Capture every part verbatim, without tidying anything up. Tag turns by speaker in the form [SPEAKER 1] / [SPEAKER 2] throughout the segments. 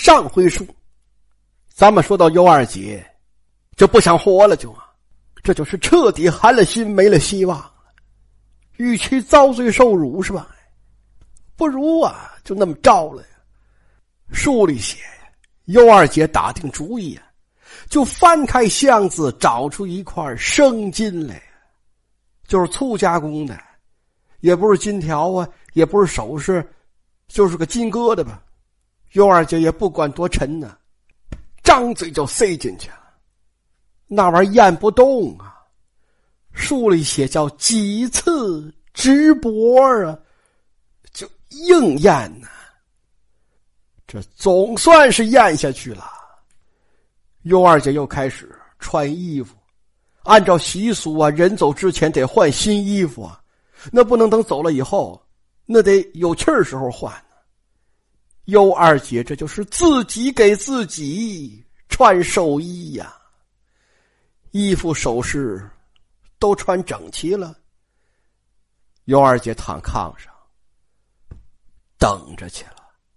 [SPEAKER 1] 上回书咱们说到尤二姐就不想活了，就啊，这就是彻底寒了心没了希望了。与其遭罪受辱是吧，不如啊就那么着了呀。书里写呀，尤二姐打定主意啊，就翻开箱子找出一块生金来，就是粗加工的，也不是金条啊，也不是首饰，就是个金疙瘩吧。尤二姐也不管多沉呢、啊，张嘴就塞进去了。那玩意咽不动啊，书里写叫几次直脖啊，就硬咽呢、啊。这总算是咽下去了。尤二姐又开始穿衣服，按照习俗啊，人走之前得换新衣服啊，那不能等走了以后，那得有气儿时候换呢。尤二姐这就是自己给自己穿寿衣呀、啊，衣服首饰都穿整齐了。尤二姐躺炕上等着去了，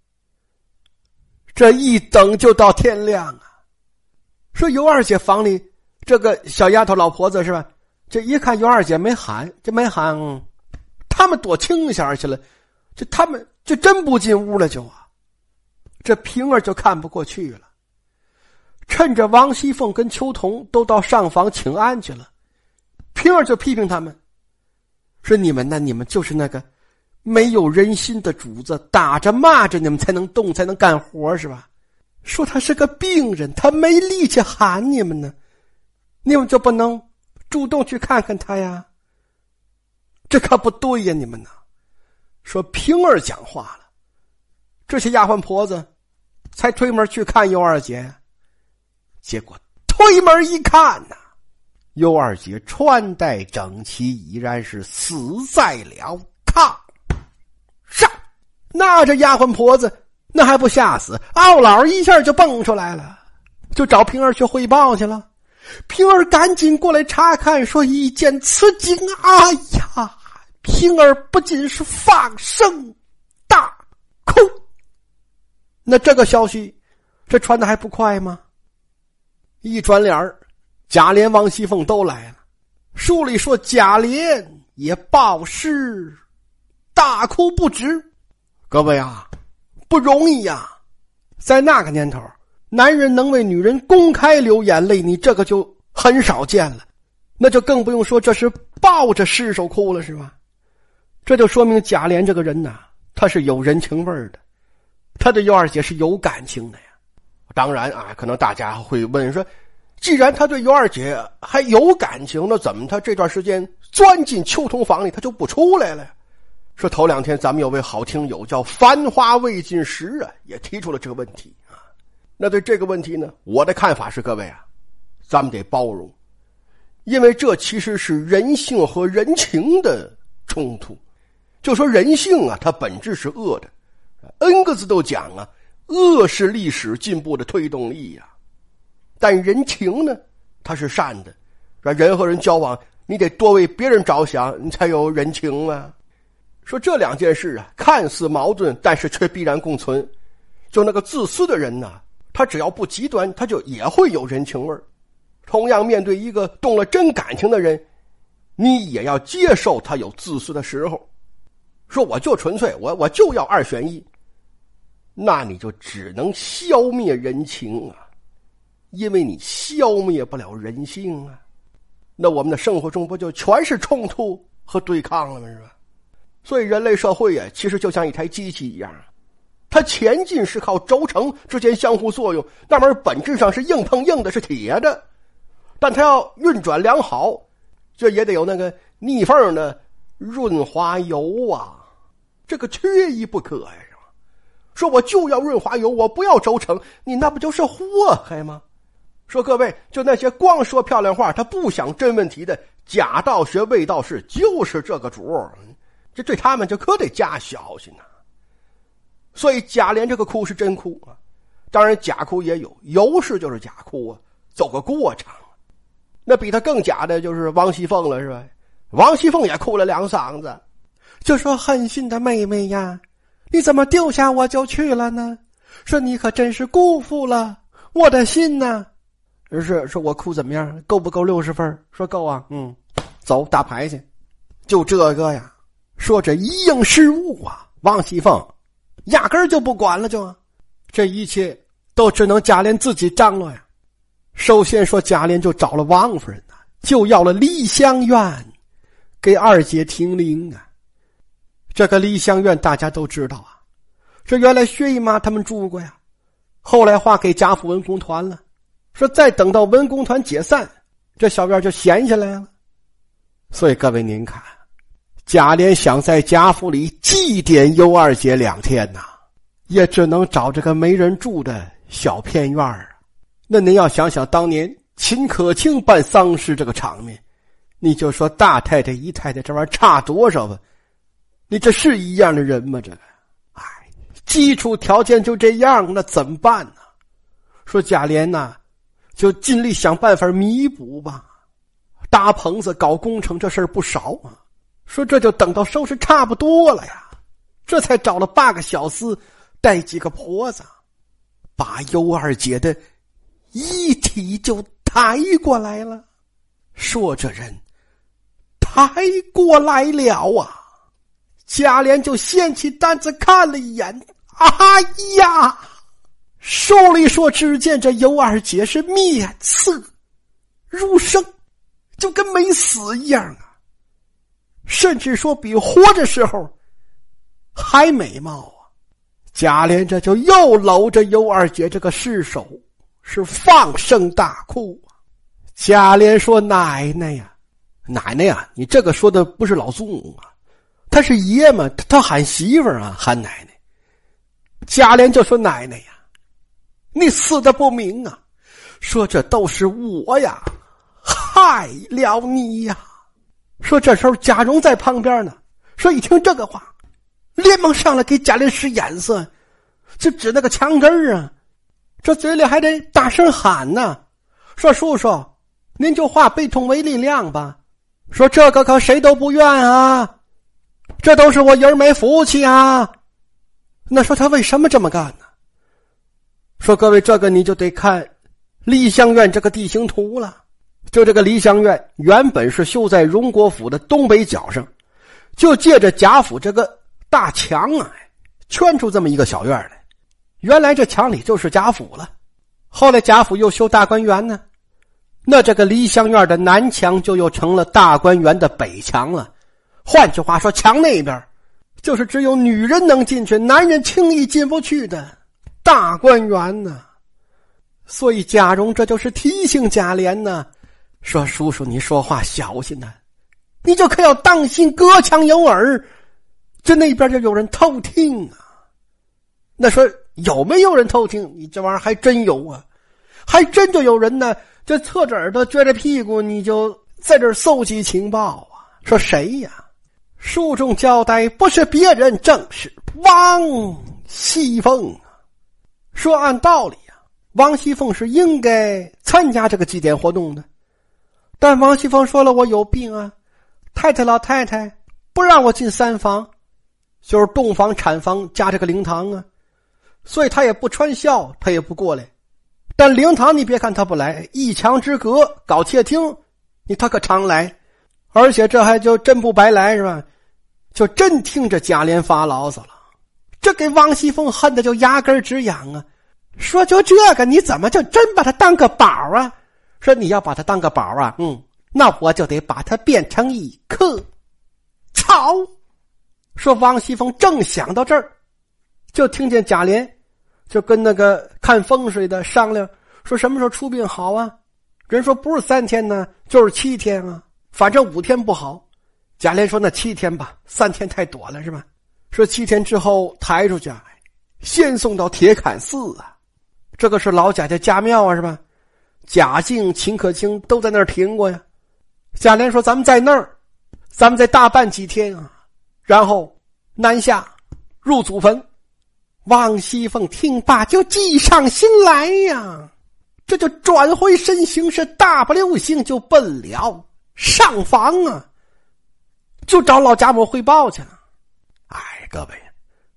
[SPEAKER 1] 这一等就到天亮啊。说尤二姐房里这个小丫头老婆子是吧，这一看尤二姐没喊，这没喊他们躲清闲去了，这他们就真不进屋了，就啊。这平儿就看不过去了，趁着王熙凤跟秋桐都到上房请安去了，平儿就批评他们说，你们呢，你们就是那个没有人心的主子，打着骂着你们才能动才能干活是吧，说他是个病人，他没力气喊你们呢，你们就不能主动去看看他呀？这可不对呀，你们呢？说平儿讲话了，这些丫鬟婆子才推门去看尤二姐，结果推门一看呐、啊，尤二姐穿戴整齐，已然是死在了炕上。那这丫鬟婆子那还不吓死，嗷老一下就蹦出来了，就找平儿去汇报去了。平儿赶紧过来查看，说一见此景，哎呀，平儿不禁是放声大哭。那这个消息这传的还不快吗？一转脸贾琏王熙凤都来了，书里说贾琏也暴尸大哭不止。各位啊，不容易呀、啊！在那个年头，男人能为女人公开流眼泪，你这个就很少见了，那就更不用说这是抱着尸首哭了是吧？这就说明贾琏这个人呐，他是有人情味的，他对尤二姐是有感情的呀。当然啊，可能大家会问说，既然他对尤二姐还有感情，那怎么他这段时间钻进秋桐房里他就不出来了？说头两天咱们有位好听友叫繁花未尽时啊，也提出了这个问题啊。那对这个问题呢，我的看法是，各位啊，咱们得包容，因为这其实是人性和人情的冲突。就说人性啊，它本质是恶的 ，N 个字都讲啊，恶是历史进步的推动力啊。但人情呢，它是善的，人和人交往，你得多为别人着想，你才有人情啊。说这两件事啊，看似矛盾，但是却必然共存。就那个自私的人呢，他只要不极端，他就也会有人情味儿。同样面对一个动了真感情的人，你也要接受他有自私的时候。说我就纯粹，我我就要二选一，那你就只能消灭人情啊，因为你消灭不了人性啊。那我们的生活中不就全是冲突和对抗了吗？是吧？所以人类社会啊，其实就像一台机器一样，它前进是靠轴承之间相互作用，那玩意儿本质上是硬碰硬的，是铁的，但它要运转良好，这也得有那个逆缝的润滑油啊，这个缺一不可呀，是吧？说我就要润滑油，我不要轴承，你那不就是祸害吗？说各位，就那些光说漂亮话，他不想真问题的假道学伪道士，就是这个主儿，这对他们就可得加小心呐、啊。所以贾琏这个哭是真哭啊，当然假哭也有，尤氏就是假哭啊，走个过场。那比他更假的就是王熙凤了，是吧？王熙凤也哭了两嗓子，就说：“狠心的妹妹呀，你怎么丢下我就去了呢？ 说你可真是辜负了我的心呐、啊！是说我哭怎么样？够不够六十分？说够啊，嗯，走打牌去。就这个呀，说这一应事务啊，王熙凤压根儿就不管了就，就这一切都只能贾琏自己张罗呀。首先说贾琏就找了王夫人呐、啊，就要了梨香院给二姐停灵啊。这个梨香院大家都知道啊，这原来薛姨妈他们住过呀，后来划给贾府文工团了，说再等到文工团解散，这小院就闲下来了。所以各位您看，贾琏想在贾府里祭奠尤二姐两天呐、啊，也只能找这个没人住的小片院啊。那您要想想当年秦可卿办丧事这个场面，你就说大太太姨太太这玩意儿差多少吧？你这是一样的人吗？这个哎，基础条件就这样，那怎么办呢？说贾琏呐，就尽力想办法弥补吧。搭棚子搞工程这事儿不少啊，说这就等到收拾差不多了呀，这才找了八个小厮带几个婆子，把尤二姐的遗体就抬过来了。说这人抬过来了啊，贾琏就掀起担子看了一眼，哎呀，手里说只见这尤二姐是面色如生，就跟没死一样啊，甚至说比活着时候还美貌啊。贾琏这就又搂着尤二姐这个尸首是放声大哭啊。贾琏说奶奶呀，奶奶呀，你这个说的不是老祖母啊，他是爷嘛，他喊媳妇儿啊，喊奶奶。贾琏就说奶奶呀，你死的不明啊，说这都是我呀害了你呀。说这时候贾蓉在旁边呢，说一听这个话，连忙上来给贾琏使眼色，就指那个墙根儿啊，这嘴里还得大声喊呢，说叔叔您就化悲痛为力量吧，说这个可谁都不愿啊，这都是我爷儿没福气啊。那说他为什么这么干呢？说各位这个你就得看梨香院这个地形图了。就这个梨香院原本是修在荣国府的东北角上，就借着贾府这个大墙啊圈出这么一个小院来。原来这墙里就是贾府了，后来贾府又修大观园呢，那这个梨香院的南墙就又成了大观园的北墙了。换句话说，墙那边就是只有女人能进去，男人轻易进不去的大观园呢。所以贾蓉这就是提醒贾琏呢，说叔叔你说话小心呐、啊，你就可要当心隔墙有耳，这那边就有人偷听啊。那说有没有人偷听？你这玩意儿还真有啊，还真就有人呢，就侧着耳朵撅着屁股，你就在这儿搜集情报啊。说谁呀？书中交代不是别人，正是王熙凤。说按道理啊，王熙凤是应该参加这个祭典活动的，但王熙凤说了我有病啊，太太老太太不让我进三房，就是洞房产房加这个灵堂啊，所以他也不穿孝，他也不过来。但灵堂你别看他不来，一墙之隔搞窃听，你他可常来，而且这还就真不白来是吧？就真听着贾琏发牢骚了，这给王熙凤恨的就牙根直痒啊。说就这个你怎么就真把他当个宝啊？说你要把他当个宝啊，嗯，那我就得把他变成一棵草。说王熙凤正想到这儿，就听见贾琏就跟那个看风水的商量，说什么时候出殡好啊？人说不是三天呢，就是七天啊，反正五天不好。贾琏说那七天吧，三天太短了是吧？说七天之后抬出去，先送到铁槛寺啊，这个是老贾家家庙啊是吧？贾敬、秦可卿都在那儿停过呀。贾琏说咱们在那儿，咱们再大办几天啊，然后南下入祖坟。王熙凤听罢就计上心来呀，这就转回身形，是大步流星就奔了上房啊，就找老贾母汇报去了。哎，各位，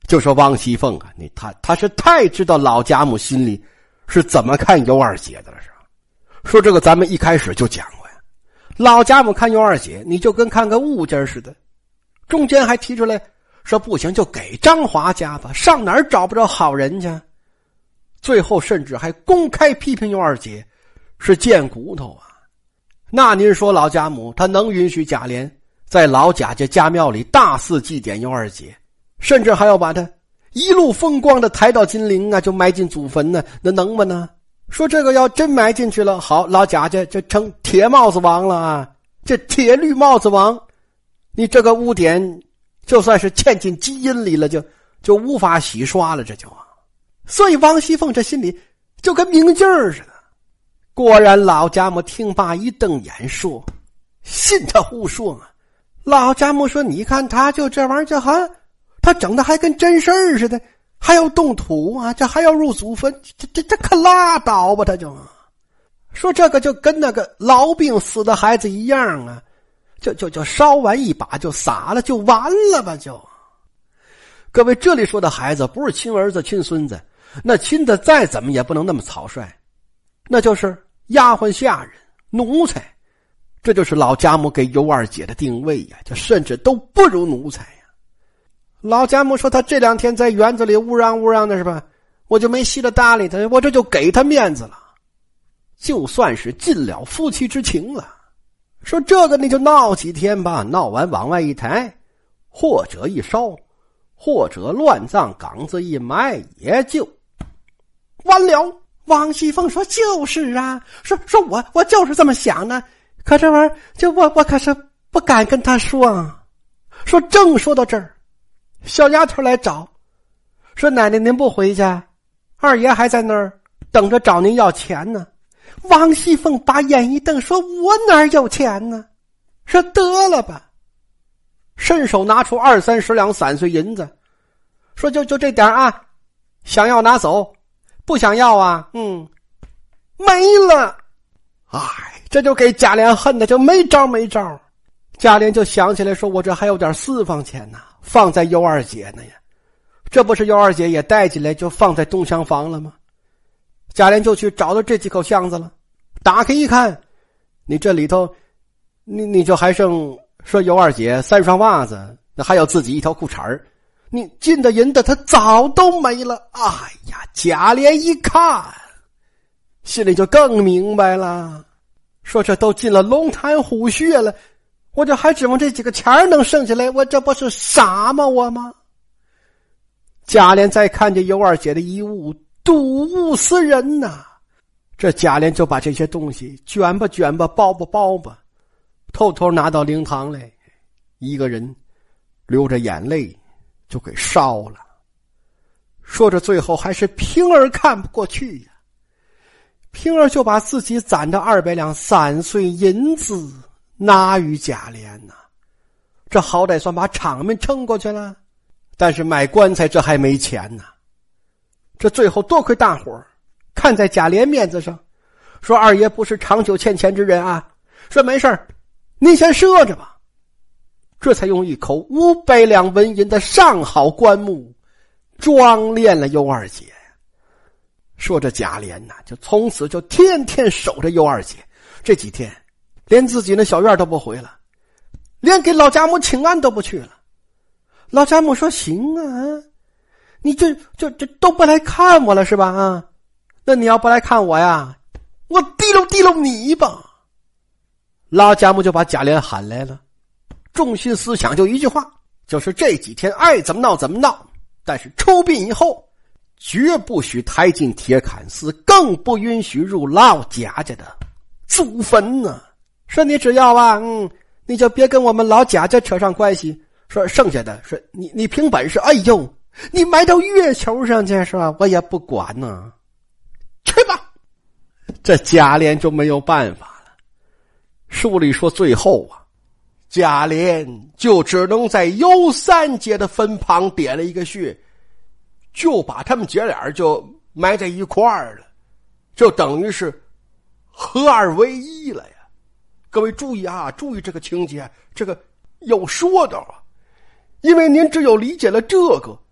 [SPEAKER 1] 就说王熙凤啊，你他他是太知道老贾母心里是怎么看尤二姐的了，是吧？说这个咱们一开始就讲过呀，老贾母看尤二姐，你就跟看个物件似的。中间还提出来说不行就给张华家吧，上哪儿找不着好人家。最后甚至还公开批评尤二姐是贱骨头啊。那您说老贾母她能允许贾琏在老贾家家庙里大肆祭奠尤二姐，甚至还要把她一路风光的抬到金陵啊，就埋进祖坟呢？那能吗呢？说这个要真埋进去了，好，老贾家就成铁帽子王了啊，这铁绿帽子王，你这个污点就算是嵌进基因里了，就就无法洗刷了，这就啊。所以王熙凤这心里就跟明镜似的。果然老贾母听罢一瞪眼说，信他胡说啊。老贾母说，你看他就这玩意儿，就好像他整的还跟真事儿似的，还要动土啊，这还要入祖坟，这这这可拉倒吧。他就说这个就跟那个痨病死的孩子一样啊，就就就烧完一把就洒了，就完了吧。就各位这里说的孩子不是亲儿子亲孙子，那亲的再怎么也不能那么草率，那就是丫鬟下人奴才。这就是老贾母给尤二姐的定位呀，就甚至都不如奴才呀。老贾母说他这两天在园子里乌嚷乌嚷的是吧，我就没稀得搭理他，我这就给他面子了，就算是尽了夫妻之情了。说这个你就闹几天吧，闹完往外一抬，或者一烧，或者乱葬岗子一埋，也就完了。王熙凤说就是啊，说说我我就是这么想的，可这玩意儿就我我可是不敢跟他说啊。说正说到这儿，小丫头来找，说奶奶您不回家，二爷还在那儿等着找您要钱呢。王熙凤把眼一瞪，说我哪儿有钱呢？说得了吧，伸手拿出二三十两散碎银子，说就就这点啊，想要拿走，不想要啊，嗯，没了。哎，这就给贾琏恨的就没招没招。贾琏就想起来说，我这还有点私房钱呢，放在尤二姐呢呀，这不是尤二姐也带进来就放在东厢房了吗？贾琏就去找到这几口箱子了，打开一看，你这里头你你就还剩说尤二姐三双袜子，那还有自己一条裤衩儿，你进的银的他早都没了。哎呀，贾琏一看心里就更明白了，说这都进了龙潭虎穴了，我这还指望这几个钱能剩下来，我这不是傻吗我吗？贾琏再看见尤二姐的衣物，睹物思人呐、啊，这贾琏就把这些东西卷吧卷吧，包吧包吧，偷偷拿到灵堂来，一个人流着眼泪就给烧了。说着最后还是平儿看不过去呀、啊，平儿就把自己攒的二百两散碎银子拿与贾琏呐、啊，这好歹算把场面撑过去了，但是买棺材这还没钱呢、啊。这最后多亏大伙儿看在贾琏面子上，说二爷不是长久欠钱之人啊，说没事儿，您先赊着吧。这才用一口五百两纹银的上好棺木装殓了尤二姐。说这贾琏呐，就从此就天天守着尤二姐，这几天连自己那小院都不回了，连给老贾母请安都不去了。老贾母说行啊，你这这这都不来看我了是吧？啊，那你要不来看我呀，我提溜提溜你吧。老贾母就把贾琏喊来了，中心思想就一句话，就是这几天爱怎么闹怎么闹，但是出殡以后绝不许抬进铁槛寺，更不允许入老贾家的祖坟呢。说你只要啊，嗯，你就别跟我们老贾家扯上关系。说剩下的，说你你凭本事，哎呦，你埋到月球上去是吧？我也不管呢，去吧。这贾琏就没有办法了。书里说最后啊，贾琏就只能在尤三姐的坟旁点了一个穴，就把他们姐俩就埋在一块儿了，就等于是合二为一了呀。各位注意啊，注意这个情节，这个有说道啊。因为您只有理解了这个，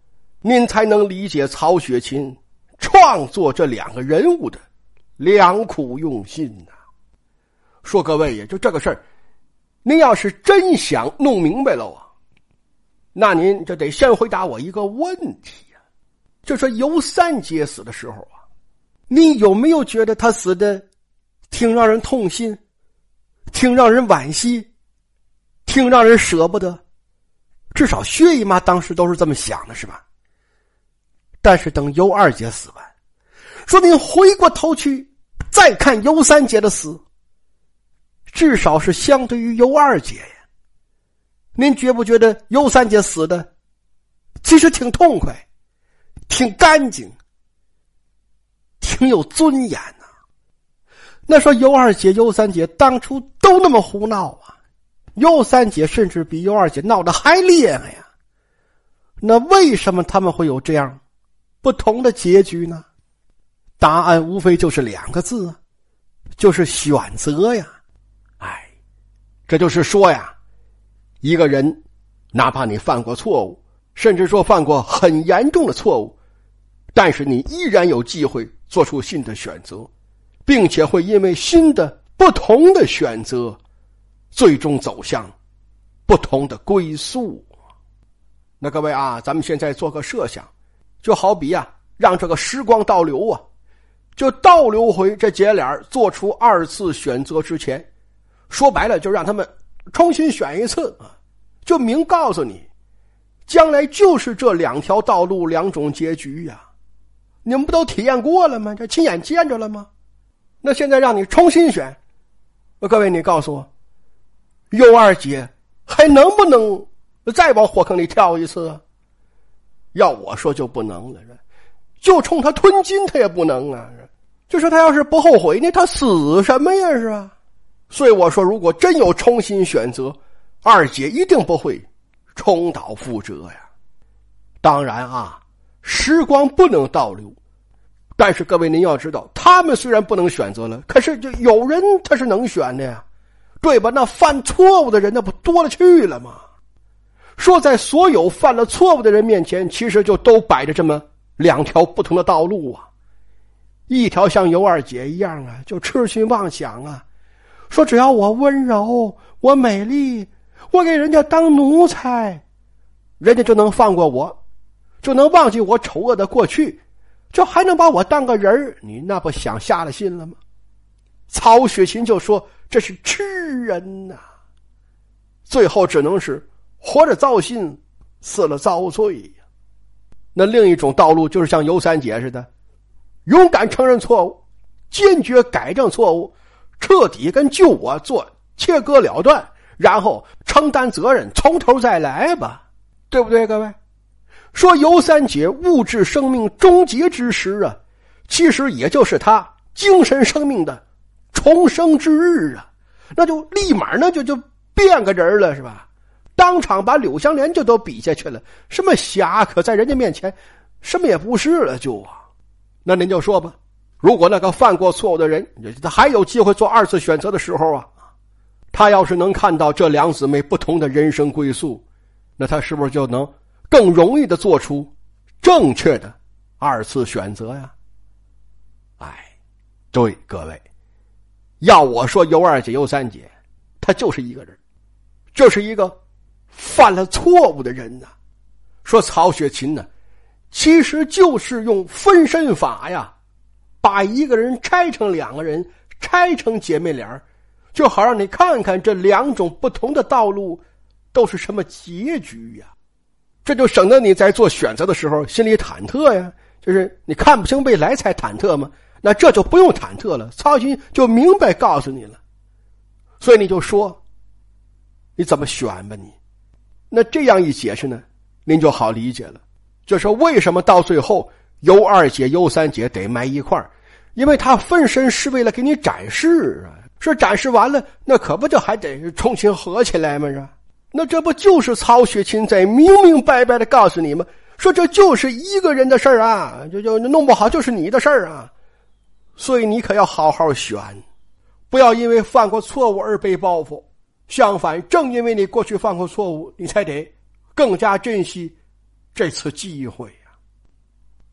[SPEAKER 1] 您才能理解曹雪芹创作这两个人物的良苦用心呐、啊。说各位也就这个事儿，您要是真想弄明白了啊，那您就得先回答我一个问题呀、啊，就说尤三姐死的时候啊，你有没有觉得他死的挺让人痛心，挺让人惋惜，挺让人舍不得？至少薛姨妈当时都是这么想的，是吧？但是等尤二姐死完，说您回过头去再看尤三姐的死，至少是相对于尤二姐呀，您觉不觉得尤三姐死的其实挺痛快，挺干净，挺有尊严呐、啊？那说尤二姐尤三姐当初都那么胡闹啊，尤三姐甚至比尤二姐闹得还厉害呀，那为什么他们会有这样不同的结局呢？答案无非就是两个字，就是选择呀。哎，这就是说呀，一个人哪怕你犯过错误，甚至说犯过很严重的错误，但是你依然有机会做出新的选择，并且会因为新的不同的选择最终走向不同的归宿。那各位啊，咱们现在做个设想，就好比啊，让这个时光倒流啊，就倒流回这姐俩做出二次选择之前，说白了就让他们重新选一次啊，就明告诉你，将来就是这两条道路两种结局呀、啊。你们不都体验过了吗？这亲眼见着了吗？那现在让你重新选，各位你告诉我，尤二姐还能不能再往火坑里跳一次啊？要我说就不能了，就冲他吞金他也不能啊。就说他要是不后悔呢，他死什么呀，是吧？所以我说，如果真有重新选择，二姐一定不会重蹈覆辙呀。当然啊，时光不能倒流，但是各位您要知道，他们虽然不能选择了，可是就有人他是能选的呀，对吧？那犯错误的人那不多了去了吗？说在所有犯了错误的人面前，其实就都摆着这么两条不同的道路啊。一条像尤二姐一样啊，就痴心妄想啊，说只要我温柔，我美丽，我给人家当奴才，人家就能放过我，就能忘记我丑恶的过去，就还能把我当个人，你那不想瞎了心了吗？曹雪芹就说这是痴人呐、啊，最后只能是活着糟心，死了遭罪呀。那另一种道路就是像尤三姐似的，勇敢承认错误，坚决改正错误，彻底跟救我做切割了断，然后承担责任，从头再来吧，对不对各位？说尤三姐物质生命终结之时啊，其实也就是她精神生命的重生之日啊，那就立马那就就变个人了，是吧？当场把柳湘莲就都比下去了，什么侠可在人家面前什么也不是了就啊。那您就说吧，如果那个犯过错误的人他还有机会做二次选择的时候啊，他要是能看到这两姊妹不同的人生归宿，那他是不是就能更容易的做出正确的二次选择呀？哎，对各位，要我说尤二姐尤三姐她就是一个人，就是一个犯了错误的人呐、啊。说曹雪芹呢，其实就是用分身法呀，把一个人拆成两个人，拆成姐妹俩，就好让你看看这两种不同的道路都是什么结局呀。这就省得你在做选择的时候心里忐忑呀，就是你看不清未来才忐忑嘛，那这就不用忐忑了，曹雪芹就明白告诉你了。所以你就说你怎么选吧你。那这样一解释呢，您就好理解了，就是为什么到最后尤二姐尤三姐得埋一块儿，因为他分身是为了给你展示啊，说展示完了那可不就还得重新合起来吗？是吧？那这不就是曹雪芹在明明白白的告诉你吗？说这就是一个人的事儿啊，就就弄不好就是你的事儿啊。所以你可要好好选，不要因为犯过错误而被报复，相反，正因为你过去犯过错误，你才得更加珍惜这次机会呀、啊。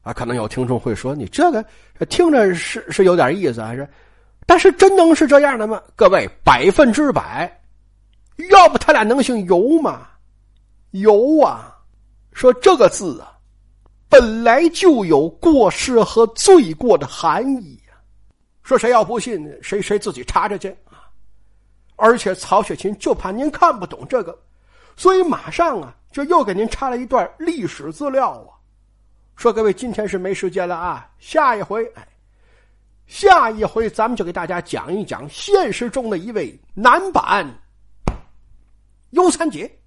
[SPEAKER 1] 啊，可能有听众会说，你这个听着是是有点意思，还是？但是真能是这样的吗？各位，百分之百。要不他俩能姓尤吗？尤啊，说这个字啊，本来就有过失和罪过的含义啊。说谁要不信，谁谁自己查查去啊。而且曹雪芹就怕您看不懂这个，所以马上啊，就又给您插了一段历史资料啊。说各位，今天是没时间了啊，下一回哎。下一回咱们就给大家讲一讲现实中的一位男版尤三姐。